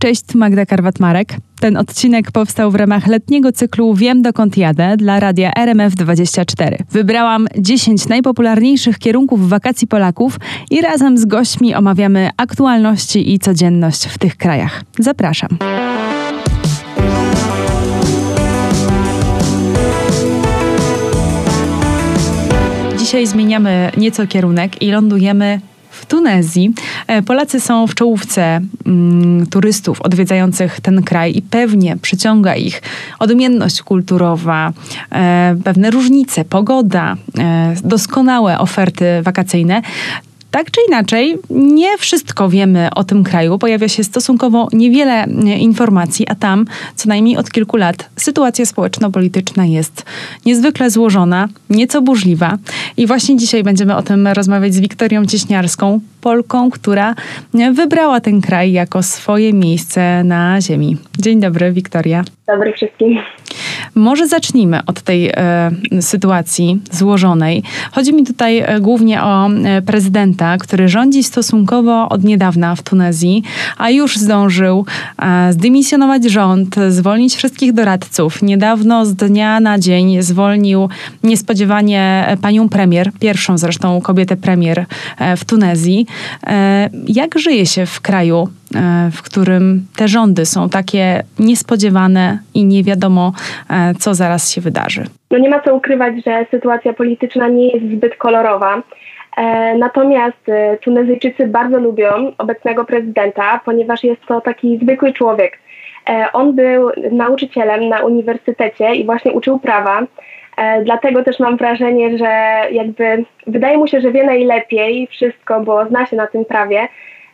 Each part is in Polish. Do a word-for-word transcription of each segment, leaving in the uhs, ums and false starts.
Cześć, tu Magda Karwat-Marek. Ten odcinek powstał w ramach letniego cyklu Wiem, dokąd jadę dla radia R M F dwadzieścia cztery. Wybrałam dziesięć najpopularniejszych kierunków wakacji Polaków i razem z gośćmi omawiamy aktualności i codzienność w tych krajach. Zapraszam. Dzisiaj zmieniamy nieco kierunek i lądujemy w Tunezji. Polacy są w czołówce mm, turystów odwiedzających ten kraj i pewnie przyciąga ich odmienność kulturowa, e, pewne różnice, pogoda, e, doskonałe oferty wakacyjne. Tak czy inaczej, nie wszystko wiemy o tym kraju. Pojawia się stosunkowo niewiele informacji, a tam co najmniej od kilku lat sytuacja społeczno-polityczna jest niezwykle złożona, nieco burzliwa. I właśnie dzisiaj będziemy o tym rozmawiać z Wiktorią Cieśniarską, Polką, która wybrała ten kraj jako swoje miejsce na ziemi. Dzień dobry, Wiktoria. Dobry wszystkim. Może zacznijmy od tej e, sytuacji złożonej. Chodzi mi tutaj e, głównie o e, prezydenta, który rządzi stosunkowo od niedawna w Tunezji, a już zdążył e, zdymisjonować rząd, zwolnić wszystkich doradców. Niedawno z dnia na dzień zwolnił niespodziewanie panią premier, pierwszą zresztą kobietę premier e, w Tunezji. E, jak żyje się w kraju, w którym te rządy są takie niespodziewane i nie wiadomo, co zaraz się wydarzy? No nie ma co ukrywać, że sytuacja polityczna nie jest zbyt kolorowa. E, natomiast e, Tunezyjczycy bardzo lubią obecnego prezydenta, ponieważ jest to taki zwykły człowiek. E, on był nauczycielem na uniwersytecie i właśnie uczył prawa. E, dlatego też mam wrażenie, że jakby wydaje mu się, że wie najlepiej wszystko, bo zna się na tym prawie.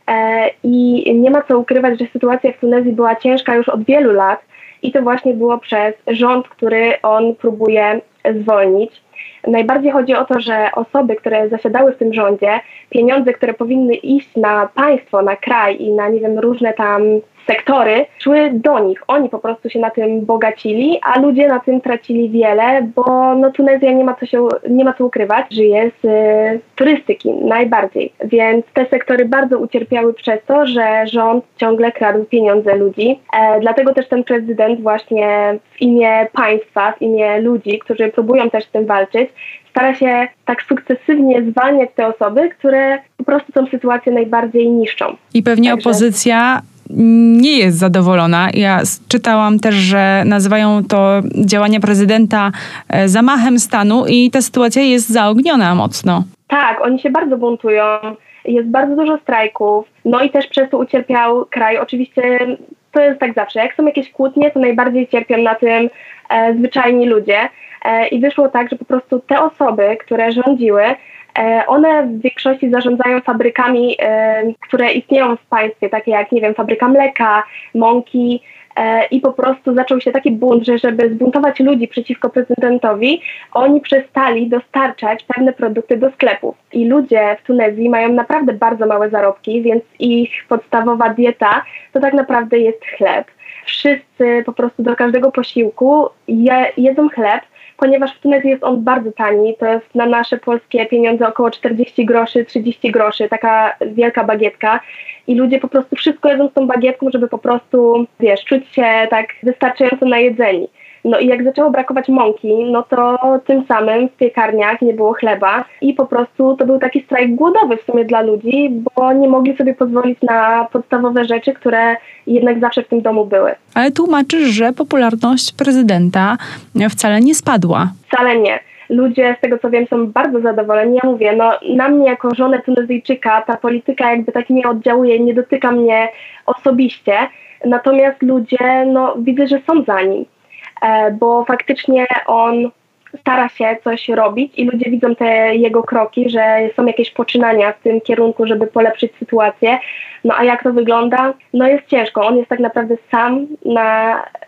I nie ma co ukrywać, że sytuacja w Tunezji była ciężka już od wielu lat i to właśnie było przez rząd, który on próbuje zwolnić. Najbardziej chodzi o to, że osoby, które zasiadały w tym rządzie, pieniądze, które powinny iść na państwo, na kraj i na, nie wiem, różne tam sektory, szły do nich. Oni po prostu się na tym bogacili, a ludzie na tym tracili wiele, bo no, Tunezja nie ma co się, nie ma co ukrywać, żyje z y, turystyki najbardziej. Więc te sektory bardzo ucierpiały przez to, że rząd ciągle kradł pieniądze ludzi. E, dlatego też ten prezydent właśnie w imię państwa, w imię ludzi, którzy próbują też z tym walczyć, stara się tak sukcesywnie zwalniać te osoby, które po prostu tą sytuację najbardziej niszczą. I pewnie Także opozycja nie jest zadowolona. Ja czytałam też, że nazywają to działania prezydenta zamachem stanu i ta sytuacja jest zaogniona mocno. Tak, oni się bardzo buntują. Jest bardzo dużo strajków. No i też przez to ucierpiał kraj. Oczywiście to jest tak zawsze. Jak są jakieś kłótnie, to najbardziej cierpią na tym e, zwyczajni ludzie. E, I wyszło tak, że po prostu te osoby, które rządziły, one w większości zarządzają fabrykami, które istnieją w państwie, takie jak, nie wiem, fabryka mleka, mąki i po prostu zaczął się taki bunt, że żeby zbuntować ludzi przeciwko prezydentowi, oni przestali dostarczać pewne produkty do sklepów. I ludzie w Tunezji mają naprawdę bardzo małe zarobki, więc ich podstawowa dieta to tak naprawdę jest chleb. Wszyscy po prostu do każdego posiłku je, jedzą chleb, ponieważ w Tunezji jest on bardzo tani, to jest na nasze polskie pieniądze około czterdzieści groszy, trzydzieści groszy, taka wielka bagietka i ludzie po prostu wszystko jedzą z tą bagietką, żeby po prostu, wiesz, czuć się tak wystarczająco najedzeni. No i jak zaczęło brakować mąki, no to tym samym w piekarniach nie było chleba i po prostu to był taki strajk głodowy w sumie dla ludzi, bo nie mogli sobie pozwolić na podstawowe rzeczy, które jednak zawsze w tym domu były. Ale tłumaczysz, że popularność prezydenta wcale nie spadła. Wcale nie. Ludzie, z tego co wiem, są bardzo zadowoleni. Ja mówię, no na mnie jako żonę Tunezyjczyka ta polityka jakby tak nie oddziałuje, nie dotyka mnie osobiście, natomiast ludzie, no widzę, że są za nim. Bo faktycznie on stara się coś robić i ludzie widzą te jego kroki, że są jakieś poczynania w tym kierunku, żeby polepszyć sytuację. No a jak to wygląda? No jest ciężko. On jest tak naprawdę sam na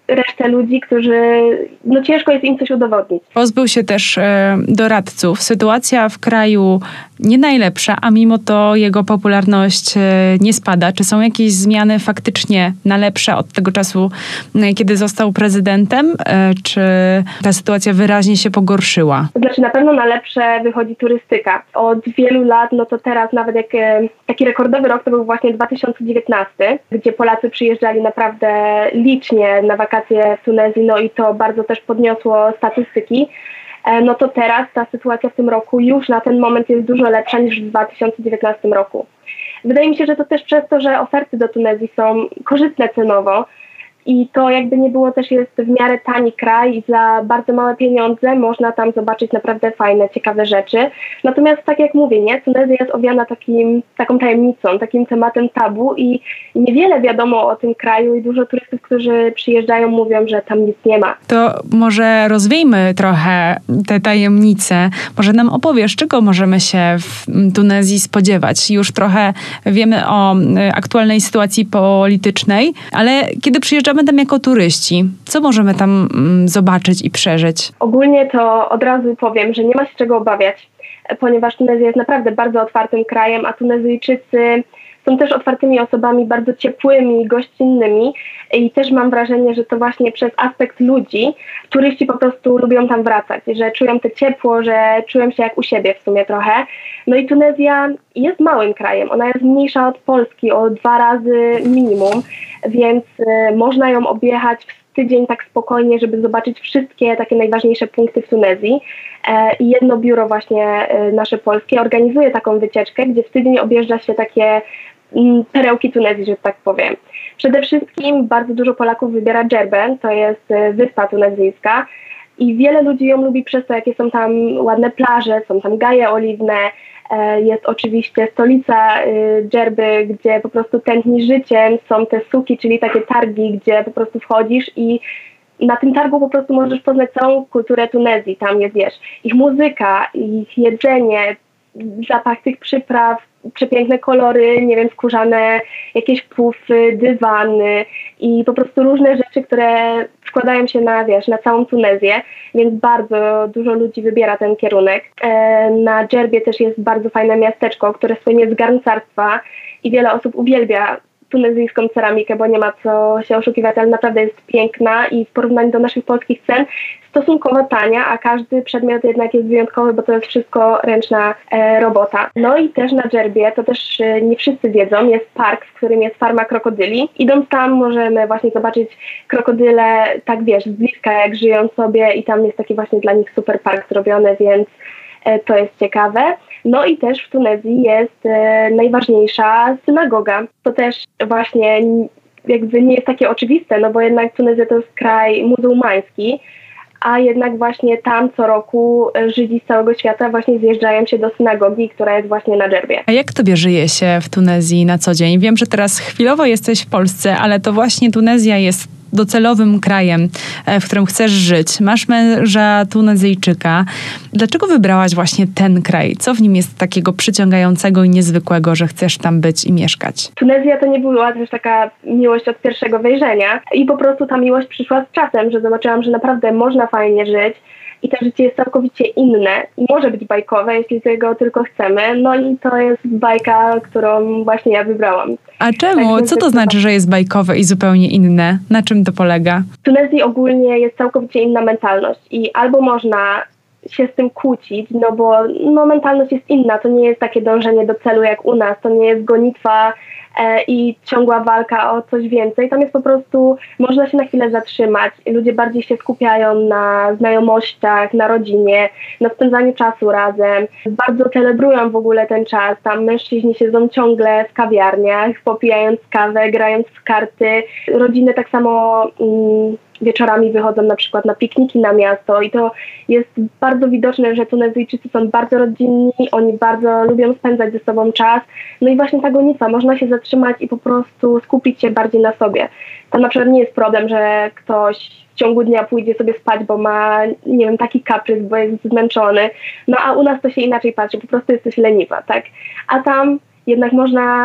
resztę ludzi, którzy, no ciężko jest im coś udowodnić. Pozbył się też e, doradców. Sytuacja w kraju nie najlepsza, a mimo to jego popularność e, nie spada. Czy są jakieś zmiany faktycznie na lepsze od tego czasu, e, kiedy został prezydentem? E, czy ta sytuacja wyraźnie się pogorszyła? To znaczy na pewno na lepsze wychodzi turystyka. Od wielu lat, no to teraz nawet jak e, taki rekordowy rok to był właśnie dwa tysiące dziewiętnasty, gdzie Polacy przyjeżdżali naprawdę licznie na wakacje w Tunezji, no i to bardzo też podniosło statystyki, no to teraz ta sytuacja w tym roku już na ten moment jest dużo lepsza niż w dwa tysiące dziewiętnastym roku. Wydaje mi się, że to też przez to, że oferty do Tunezji są korzystne cenowo i to jakby nie było też jest w miarę tani kraj i za bardzo małe pieniądze można tam zobaczyć naprawdę fajne, ciekawe rzeczy. Natomiast tak jak mówię, nie, Tunezja jest owiana takim, taką tajemnicą, takim tematem tabu i niewiele wiadomo o tym kraju i dużo turystów, którzy przyjeżdżają, mówią, że tam nic nie ma. To może rozwiejmy trochę te tajemnice. Może nam opowiesz, czego możemy się w Tunezji spodziewać? Już trochę wiemy o aktualnej sytuacji politycznej, ale kiedy przyjeżdżamy tam jako turyści, co możemy tam zobaczyć i przeżyć? Ogólnie to od razu powiem, że nie ma się czego obawiać, ponieważ Tunezja jest naprawdę bardzo otwartym krajem, a Tunezyjczycy są też otwartymi osobami, bardzo ciepłymi, gościnnymi i też mam wrażenie, że to właśnie przez aspekt ludzi turyści po prostu lubią tam wracać, że czują to ciepło, że czują się jak u siebie w sumie trochę. No i Tunezja jest małym krajem, ona jest mniejsza od Polski o dwa razy minimum, więc y, można ją objechać w tydzień tak spokojnie, żeby zobaczyć wszystkie takie najważniejsze punkty w Tunezji. E, I jedno biuro właśnie y, nasze polskie organizuje taką wycieczkę, gdzie w tydzień objeżdża się takie mm, perełki Tunezji, że tak powiem. Przede wszystkim bardzo dużo Polaków wybiera Dżerbę, to jest y, wyspa tunezyjska i wiele ludzi ją lubi przez to, jakie są tam ładne plaże, są tam gaje oliwne. Jest oczywiście stolica Dżerby, gdzie po prostu tętni życiem, są te suki, czyli takie targi, gdzie po prostu wchodzisz i na tym targu po prostu możesz poznać całą kulturę Tunezji, tam jest, wiesz, ich muzyka, ich jedzenie, zapach tych przypraw, przepiękne kolory, nie wiem, skórzane jakieś pufy, dywany i po prostu różne rzeczy, które składają się na, wiesz, na całą Tunezję, więc bardzo dużo ludzi wybiera ten kierunek. E, na Dżerbie też jest bardzo fajne miasteczko, które słynie z garncarstwa i wiele osób uwielbia tunezyjską ceramikę, bo nie ma co się oszukiwać, ale naprawdę jest piękna i w porównaniu do naszych polskich cen stosunkowo tania, a każdy przedmiot jednak jest wyjątkowy, bo to jest wszystko ręczna e, robota. No i też na Dżerbie, to też e, nie wszyscy wiedzą, jest park, w którym jest farma krokodyli. Idąc tam możemy właśnie zobaczyć krokodyle, tak wiesz, z bliska jak żyją sobie i tam jest taki właśnie dla nich super park zrobiony, więc e, to jest ciekawe. No i też w Tunezji jest e, najważniejsza synagoga. To też właśnie jakby nie jest takie oczywiste, no bo jednak Tunezja to jest kraj muzułmański, a jednak właśnie tam co roku Żydzi z całego świata właśnie zjeżdżają się do synagogi, która jest właśnie na Dżerbie. A jak tobie żyje się w Tunezji na co dzień? Wiem, że teraz chwilowo jesteś w Polsce, ale to właśnie Tunezja jest docelowym krajem, w którym chcesz żyć. Masz męża Tunezyjczyka. Dlaczego wybrałaś właśnie ten kraj? Co w nim jest takiego przyciągającego i niezwykłego, że chcesz tam być i mieszkać? Tunezja to nie była też taka miłość od pierwszego wejrzenia i po prostu ta miłość przyszła z czasem, że zobaczyłam, że naprawdę można fajnie żyć i to życie jest całkowicie inne i może być bajkowe, jeśli tego tylko chcemy. No i to jest bajka, którą właśnie ja wybrałam. A czemu? Co to znaczy, że jest bajkowe i zupełnie inne? Na czym to polega? W Tunezji ogólnie jest całkowicie inna mentalność i albo można się z tym kłócić, no bo no, mentalność jest inna, to nie jest takie dążenie do celu jak u nas, to nie jest gonitwa e, i ciągła walka o coś więcej, tam jest po prostu, można się na chwilę zatrzymać, ludzie bardziej się skupiają na znajomościach, na rodzinie, na spędzaniu czasu razem, bardzo celebrują w ogóle ten czas, tam mężczyźni siedzą ciągle w kawiarniach, popijając kawę, grając w karty, rodziny tak samo mm, wieczorami wychodzą na przykład na pikniki na miasto i to jest bardzo widoczne, że Tunezyjczycy są bardzo rodzinni, oni bardzo lubią spędzać ze sobą czas. No i właśnie ta gonitwa, można się zatrzymać i po prostu skupić się bardziej na sobie. To na przykład nie jest problem, że ktoś w ciągu dnia pójdzie sobie spać, bo ma, nie wiem, taki kaprys, bo jest zmęczony. No a u nas to się inaczej patrzy, po prostu jesteś leniwa, tak? A tam jednak można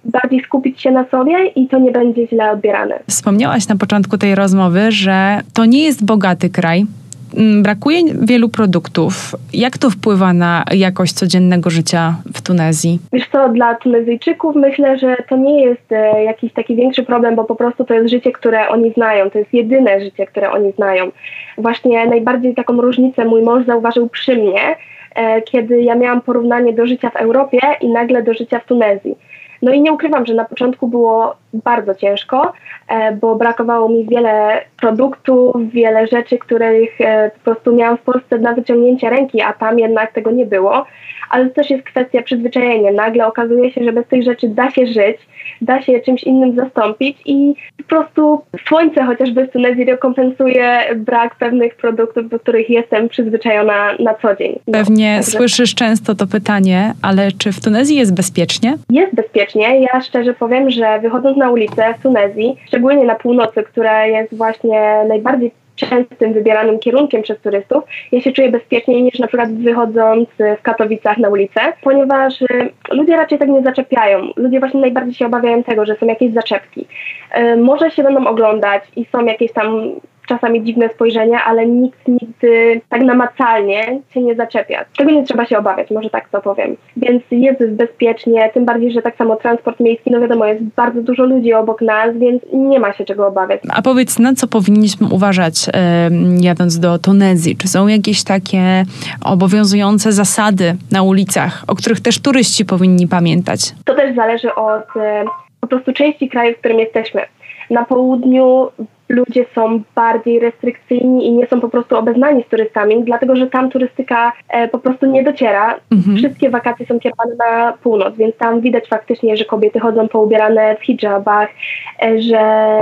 bardziej skupić się na sobie i to nie będzie źle odbierane. Wspomniałaś na początku tej rozmowy, że to nie jest bogaty kraj. Brakuje wielu produktów. Jak to wpływa na jakość codziennego życia w Tunezji? Wiesz co, dla Tunezyjczyków myślę, że to nie jest e, jakiś taki większy problem, bo po prostu to jest życie, które oni znają. To jest jedyne życie, które oni znają. Właśnie najbardziej taką różnicę mój mąż zauważył przy mnie, e, kiedy ja miałam porównanie do życia w Europie i nagle do życia w Tunezji. No i nie ukrywam, że na początku było bardzo ciężko, bo brakowało mi wiele produktów, wiele rzeczy, których po prostu miałam w Polsce na wyciągnięcie ręki, a tam jednak tego nie było. Ale to też jest kwestia przyzwyczajenia. Nagle okazuje się, że bez tych rzeczy da się żyć, da się je czymś innym zastąpić i po prostu słońce chociażby w Tunezji rekompensuje brak pewnych produktów, do których jestem przyzwyczajona na co dzień. No, Pewnie także słyszysz często to pytanie, ale czy w Tunezji jest bezpiecznie? Jest bezpiecznie. Ja szczerze powiem, że wychodząc na ulicę w Tunezji, szczególnie na północy, która jest właśnie najbardziej częstym wybieranym kierunkiem przez turystów, ja się czuję bezpieczniej niż na przykład wychodząc w Katowicach na ulicę, ponieważ y, ludzie raczej tak nie zaczepiają. Ludzie właśnie najbardziej się obawiają tego, że są jakieś zaczepki. Y, może się będą oglądać i są jakieś tam czasami dziwne spojrzenia, ale nikt nigdy tak namacalnie się nie zaczepia. Tego nie trzeba się obawiać, może tak to powiem. Więc jest bezpiecznie, tym bardziej, że tak samo transport miejski, no wiadomo, jest bardzo dużo ludzi obok nas, więc nie ma się czego obawiać. A powiedz, na co powinniśmy uważać yy, jadąc do Tunezji? Czy są jakieś takie obowiązujące zasady na ulicach, o których też turyści powinni pamiętać? To też zależy od yy, po prostu części kraju, w którym jesteśmy. Na południu ludzie są bardziej restrykcyjni i nie są po prostu obeznani z turystami, dlatego że tam turystyka e, po prostu nie dociera. Mhm. Wszystkie wakacje są kierowane na północ, więc tam widać faktycznie, że kobiety chodzą poubierane w hijabach, e, że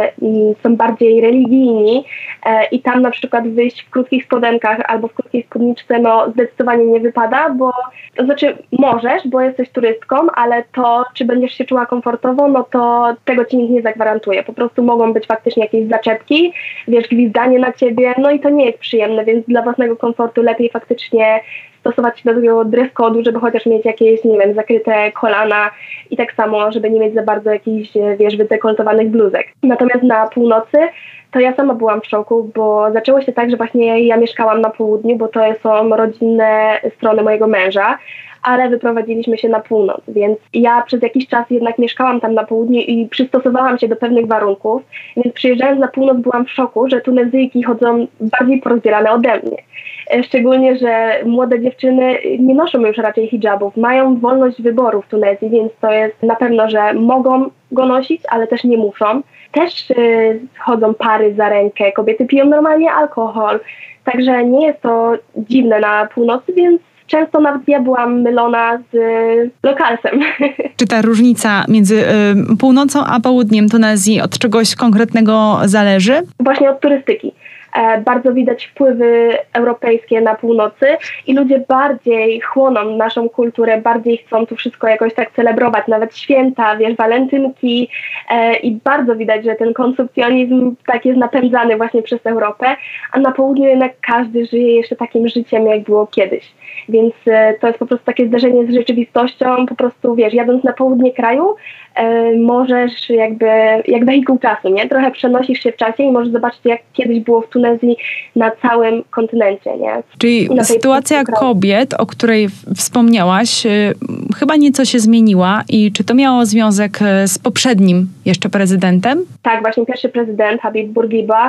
m, są bardziej religijni e, i tam na przykład wyjść w krótkich spodenkach albo w krótkiej spódniczce no zdecydowanie nie wypada, bo to znaczy możesz, bo jesteś turystką, ale to, czy będziesz się czuła komfortowo, no to tego ci nikt nie zagwarantuje. Po prostu mogą być faktycznie jakieś zaczepki, wiesz, gwizdanie na ciebie, no i to nie jest przyjemne, więc dla własnego komfortu lepiej faktycznie stosować się do tego dress code'u, żeby chociaż mieć jakieś, nie wiem, zakryte kolana i tak samo, żeby nie mieć za bardzo jakichś, wiesz, wydekoltowanych bluzek. Natomiast na północy to ja sama byłam w szoku, bo zaczęło się tak, że właśnie ja mieszkałam na południu, bo to są rodzinne strony mojego męża, ale wyprowadziliśmy się na północ, więc ja przez jakiś czas jednak mieszkałam tam na południu i przystosowałam się do pewnych warunków, więc przyjeżdżając na północ byłam w szoku, że Tunezyjki chodzą bardziej porozbierane ode mnie. Szczególnie, że młode dziewczyny nie noszą już raczej hijabów, mają wolność wyboru w Tunezji, więc to jest na pewno, że mogą go nosić, ale też nie muszą. Też y, chodzą pary za rękę, kobiety piją normalnie alkohol, także nie jest to dziwne na północy, więc często nawet ja byłam mylona z y, lokalsem. Czy ta różnica między y, północą a południem Tunezji od czegoś konkretnego zależy? Właśnie od turystyki. E, bardzo widać wpływy europejskie na północy i ludzie bardziej chłoną naszą kulturę, bardziej chcą tu wszystko jakoś tak celebrować, nawet święta, wiesz, walentynki e, i bardzo widać, że ten konsumpcjonizm tak jest napędzany właśnie przez Europę, a na południu jednak każdy żyje jeszcze takim życiem, jak było kiedyś. Więc e, to jest po prostu takie zderzenie z rzeczywistością, po prostu wiesz, jadąc na południe kraju, e, możesz jakby, jak wehikuł czasu, nie? Trochę przenosisz się w czasie i możesz zobaczyć, jak kiedyś było w Tunezji na całym kontynencie, nie? Czyli sytuacja kobiet, o której wspomniałaś, y, chyba nieco się zmieniła i czy to miało związek z poprzednim jeszcze prezydentem? Tak, właśnie pierwszy prezydent, Habib Bourguiba,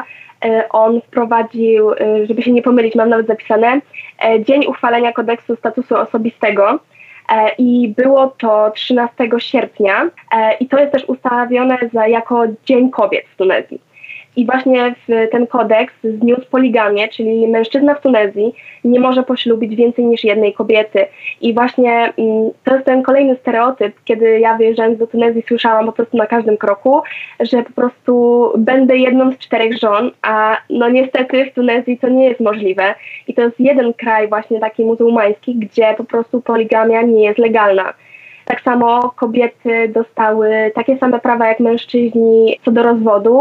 on wprowadził, żeby się nie pomylić, mam nawet zapisane, dzień uchwalenia kodeksu statusu osobistego i było to trzynastego sierpnia i to jest też ustawione za, jako Dzień Kobiet w Tunezji. I właśnie w ten kodeks zniósł poligamię, czyli mężczyzna w Tunezji nie może poślubić więcej niż jednej kobiety. I właśnie to jest ten kolejny stereotyp, kiedy ja wyjeżdżając do Tunezji słyszałam po prostu na każdym kroku, że po prostu będę jedną z czterech żon, a no niestety w Tunezji to nie jest możliwe. I to jest jeden kraj właśnie taki muzułmański, gdzie po prostu poligamia nie jest legalna. Tak samo kobiety dostały takie same prawa jak mężczyźni co do rozwodu,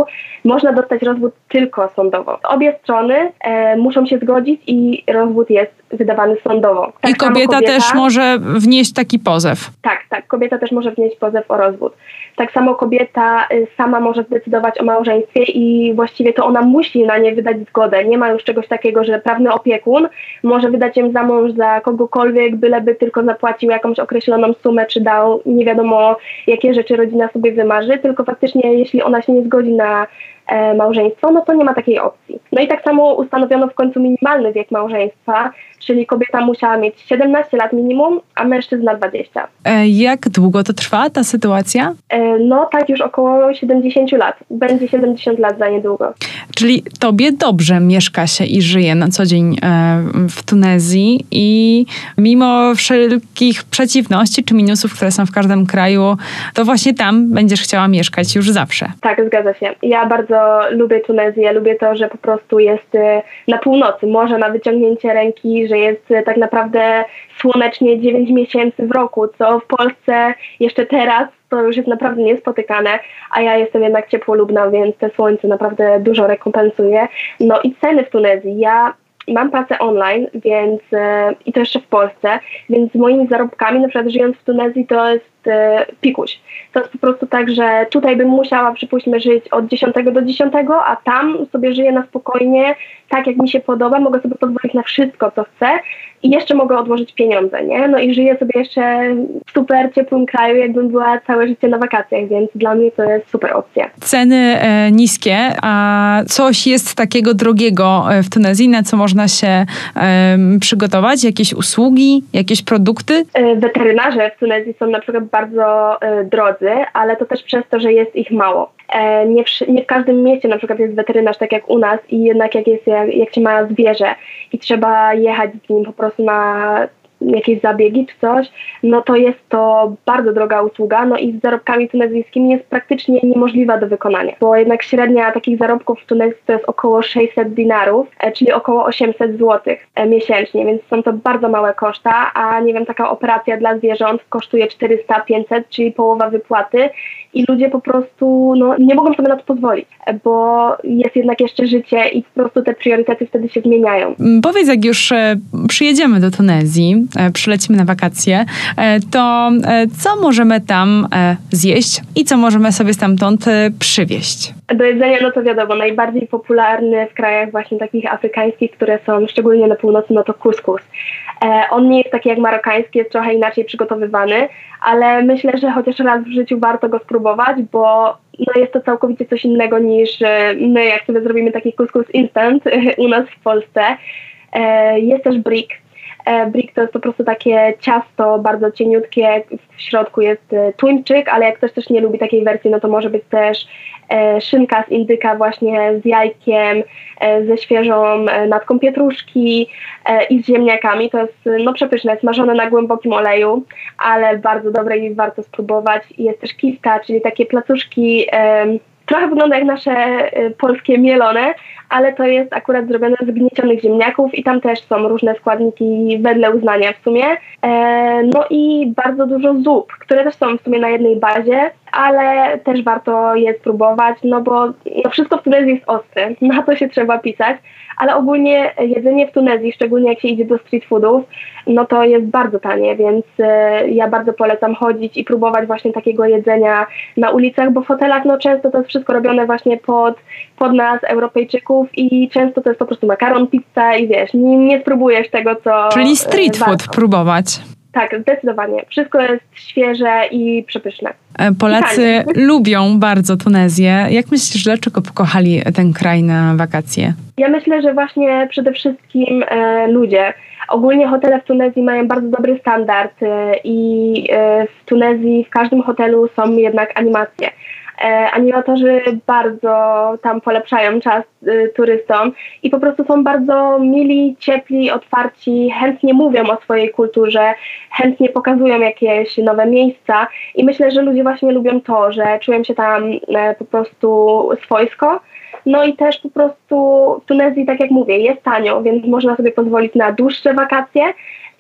można dostać rozwód tylko sądowo. Obie strony e, muszą się zgodzić i rozwód jest wydawany sądowo. Tak I kobieta, kobieta też może wnieść taki pozew. Tak, tak. Kobieta też może wnieść pozew o rozwód. Tak samo kobieta y, sama może zdecydować o małżeństwie i właściwie to ona musi na nie wydać zgodę. Nie ma już czegoś takiego, że prawny opiekun może wydać ją za mąż za kogokolwiek, byleby tylko zapłacił jakąś określoną sumę, czy dał nie wiadomo jakie rzeczy rodzina sobie wymarzy, tylko faktycznie jeśli ona się nie zgodzi na e, małżeństwo, no to nie ma takiej opcji. No i tak samo ustanowiono w końcu minimalny wiek małżeństwa, czyli kobieta musiała mieć siedemnaście lat minimum, a mężczyzna dwadzieścia. E, jak długo to trwa, ta sytuacja? E, no tak już około siedemdziesiąt lat. Będzie siedemdziesiąt lat za niedługo. Czyli tobie dobrze mieszka się i żyje na co dzień e, w Tunezji i mimo wszelkich przeciwności czy minusów, które są w każdym kraju, to właśnie tam będziesz chciała mieszkać już zawsze. Tak, zgadza się. Ja bardzo lubię Tunezję. Lubię to, że po prostu jest na północy, morze na wyciągnięcie ręki, że jest tak naprawdę słonecznie dziewięć miesięcy w roku, co w Polsce jeszcze teraz to już jest naprawdę niespotykane, a ja jestem jednak ciepłolubna, więc te słońce naprawdę dużo rekompensuje. No i ceny w Tunezji. Ja mam pracę online, więc i to jeszcze w Polsce, więc z moimi zarobkami, na przykład żyjąc w Tunezji, to jest pikuś. To jest po prostu tak, że tutaj bym musiała, przypuśćmy, żyć od dziesiątego do dziesiątego, a tam sobie żyję na spokojnie, tak jak mi się podoba, mogę sobie pozwolić na wszystko, co chcę i jeszcze mogę odłożyć pieniądze, nie? No i żyję sobie jeszcze w super ciepłym kraju, jakbym była całe życie na wakacjach, więc dla mnie to jest super opcja. Ceny e, niskie, a coś jest takiego drogiego w Tunezji, na co można się e, przygotować? Jakieś usługi, jakieś produkty? E, weterynarze w Tunezji są na przykład bardzo e, drodzy, ale to też przez to, że jest ich mało. E, nie, w, nie w każdym mieście na przykład jest weterynarz, tak jak u nas, i jednak jak jest, jak, jak się ma zwierzę i trzeba jechać z nim po prostu na jakieś zabiegi czy coś, no to jest to bardzo droga usługa, no i z zarobkami tunezyjskimi jest praktycznie niemożliwa do wykonania, bo jednak średnia takich zarobków w Tunezji to jest około sześćset dinarów, czyli około osiemset złotych miesięcznie, więc są to bardzo małe koszta, a nie wiem, taka operacja dla zwierząt kosztuje czterysta pięćset, czyli połowa wypłaty i ludzie po prostu no, nie mogą sobie na to pozwolić, bo jest jednak jeszcze życie i po prostu te priorytety wtedy się zmieniają. Powiedz, jak już przyjedziemy do Tunezji, przylecimy na wakacje, to co możemy tam zjeść i co możemy sobie stamtąd przywieźć? Do jedzenia, no to wiadomo, najbardziej popularny w krajach właśnie takich afrykańskich, które są szczególnie na północy, no to kuskus. On nie jest taki jak marokański, jest trochę inaczej przygotowywany, ale myślę, że chociaż raz w życiu warto go spróbować, bo no jest to całkowicie coś innego niż my, jak sobie zrobimy taki kuskus instant u nas w Polsce. Jest też brick. Brick to jest po prostu takie ciasto bardzo cieniutkie, w środku jest tuńczyk, ale jak ktoś też nie lubi takiej wersji, no to może być też szynka z indyka właśnie z jajkiem, ze świeżą natką pietruszki i z ziemniakami. To jest no przepyszne, smażone na głębokim oleju, ale bardzo dobre i warto spróbować. Jest też kifta, czyli takie placuszki, trochę wygląda jak nasze polskie mielone, ale to jest akurat zrobione z gniecionych ziemniaków i tam też są różne składniki wedle uznania w sumie. E, no i bardzo dużo zup, które też są w sumie na jednej bazie, ale też warto je spróbować, no bo no wszystko w Tunezji jest ostre, na to się trzeba pisać, ale ogólnie jedzenie w Tunezji, szczególnie jak się idzie do street foodów, no to jest bardzo tanie, więc e, ja bardzo polecam chodzić i próbować właśnie takiego jedzenia na ulicach, bo w hotelach no często to jest wszystko robione właśnie pod, pod nas, Europejczyków, i często to jest po prostu makaron, pizza i wiesz, nie, nie spróbujesz tego, co Czyli street food warto. próbować. Tak, zdecydowanie. Wszystko jest świeże i przepyszne. Polacy lubią bardzo Tunezję. Jak myślisz, dlaczego pokochali ten kraj na wakacje? Ja myślę, że właśnie przede wszystkim e, ludzie. Ogólnie hotele w Tunezji mają bardzo dobry standard e, i e, w Tunezji w każdym hotelu są jednak animacje. E, animatorzy bardzo tam polepszają czas e, turystom i po prostu są bardzo mili, ciepli, otwarci, chętnie mówią o swojej kulturze, chętnie pokazują jakieś nowe miejsca i myślę, że ludzie właśnie lubią to, że czują się tam e, po prostu swojsko. No i też po prostu w Tunezji, tak jak mówię, jest tanio, więc można sobie pozwolić na dłuższe wakacje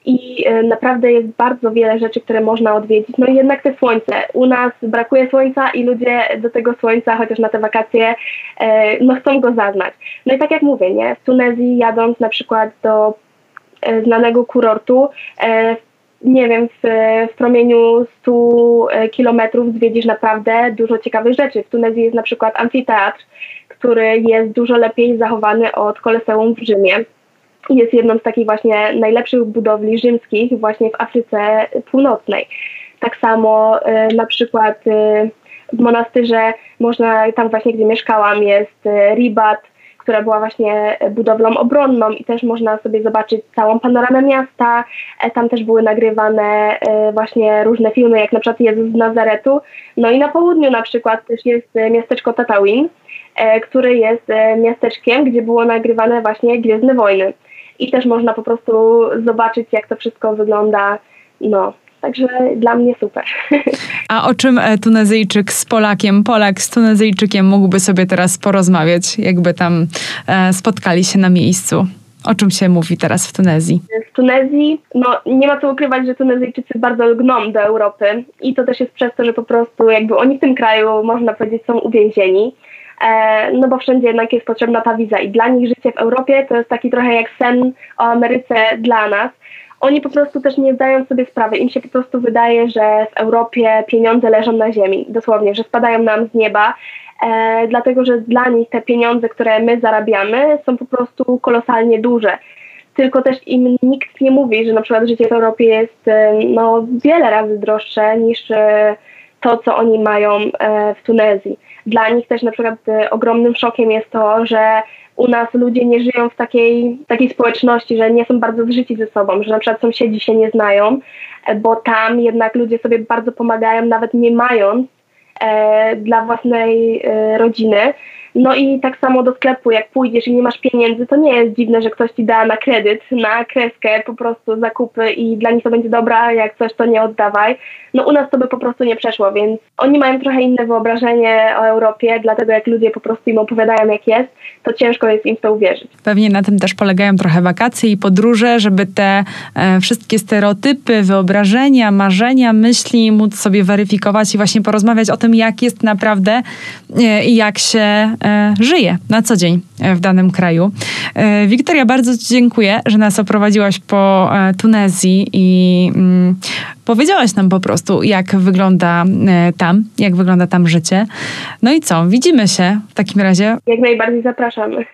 i naprawdę jest bardzo wiele rzeczy, które można odwiedzić. No i jednak te słońce. U nas brakuje słońca i ludzie do tego słońca, chociaż na te wakacje, no chcą go zaznać. No i tak jak mówię, nie? W Tunezji jadąc na przykład do znanego kurortu, nie wiem, w, w promieniu stu kilometrów zwiedzisz naprawdę dużo ciekawych rzeczy. W Tunezji jest na przykład amfiteatr, który jest dużo lepiej zachowany od Koloseum w Rzymie. Jest jedną z takich właśnie najlepszych budowli rzymskich właśnie w Afryce Północnej. Tak samo y, na przykład y, w monastyrze można, tam właśnie gdzie mieszkałam, jest y, Ribat, która była właśnie budowlą obronną i też można sobie zobaczyć całą panoramę miasta. E, tam też były nagrywane e, właśnie różne filmy, jak na przykład Jezus z Nazaretu. No i na południu na przykład też jest miasteczko Tatooine, e, które jest e, miasteczkiem, gdzie było nagrywane właśnie Gwiezdne Wojny. I też można po prostu zobaczyć, jak to wszystko wygląda, no. Także dla mnie super. A o czym Tunezyjczyk z Polakiem, Polak z Tunezyjczykiem mógłby sobie teraz porozmawiać, jakby tam e, spotkali się na miejscu? O czym się mówi teraz w Tunezji? W Tunezji, no nie ma co ukrywać, że Tunezyjczycy bardzo lgną do Europy i to też jest przez to, że po prostu jakby oni w tym kraju, można powiedzieć, są uwięzieni. E, no bo wszędzie jednak jest potrzebna ta wiza i dla nich życie w Europie to jest taki trochę jak sen o Ameryce dla nas. Oni po prostu też nie zdają sobie sprawy. Im się po prostu wydaje, że w Europie pieniądze leżą na ziemi. Dosłownie, że spadają nam z nieba. E, dlatego, że dla nich te pieniądze, które my zarabiamy, są po prostu kolosalnie duże. Tylko też im nikt nie mówi, że na przykład życie w Europie jest no, wiele razy droższe niż e, to, co oni mają e, w Tunezji. Dla nich też na przykład e, ogromnym szokiem jest to, że u nas ludzie nie żyją w takiej, takiej społeczności, że nie są bardzo zżyci ze sobą, że na przykład sąsiedzi się nie znają, bo tam jednak ludzie sobie bardzo pomagają, nawet nie mając e, dla własnej e, rodziny. No i tak samo do sklepu, jak pójdziesz i nie masz pieniędzy, to nie jest dziwne, że ktoś ci da na kredyt, na kreskę po prostu zakupy i dla nich to będzie dobra, jak coś to nie oddawaj. No u nas to by po prostu nie przeszło, więc oni mają trochę inne wyobrażenie o Europie, dlatego jak ludzie po prostu im opowiadają jak jest, to ciężko jest im w to uwierzyć. Pewnie na tym też polegają trochę wakacje i podróże, żeby te e, wszystkie stereotypy, wyobrażenia, marzenia, myśli móc sobie weryfikować i właśnie porozmawiać o tym, jak jest naprawdę e, i jak się e, żyje na co dzień w danym kraju. E, Wiktoria, bardzo Ci dziękuję, że nas oprowadziłaś po e, Tunezji i mm, powiedziałaś nam po prostu, jak wygląda e, tam, jak wygląda tam życie. No i co? Widzimy się w takim razie. Jak najbardziej zapraszamy.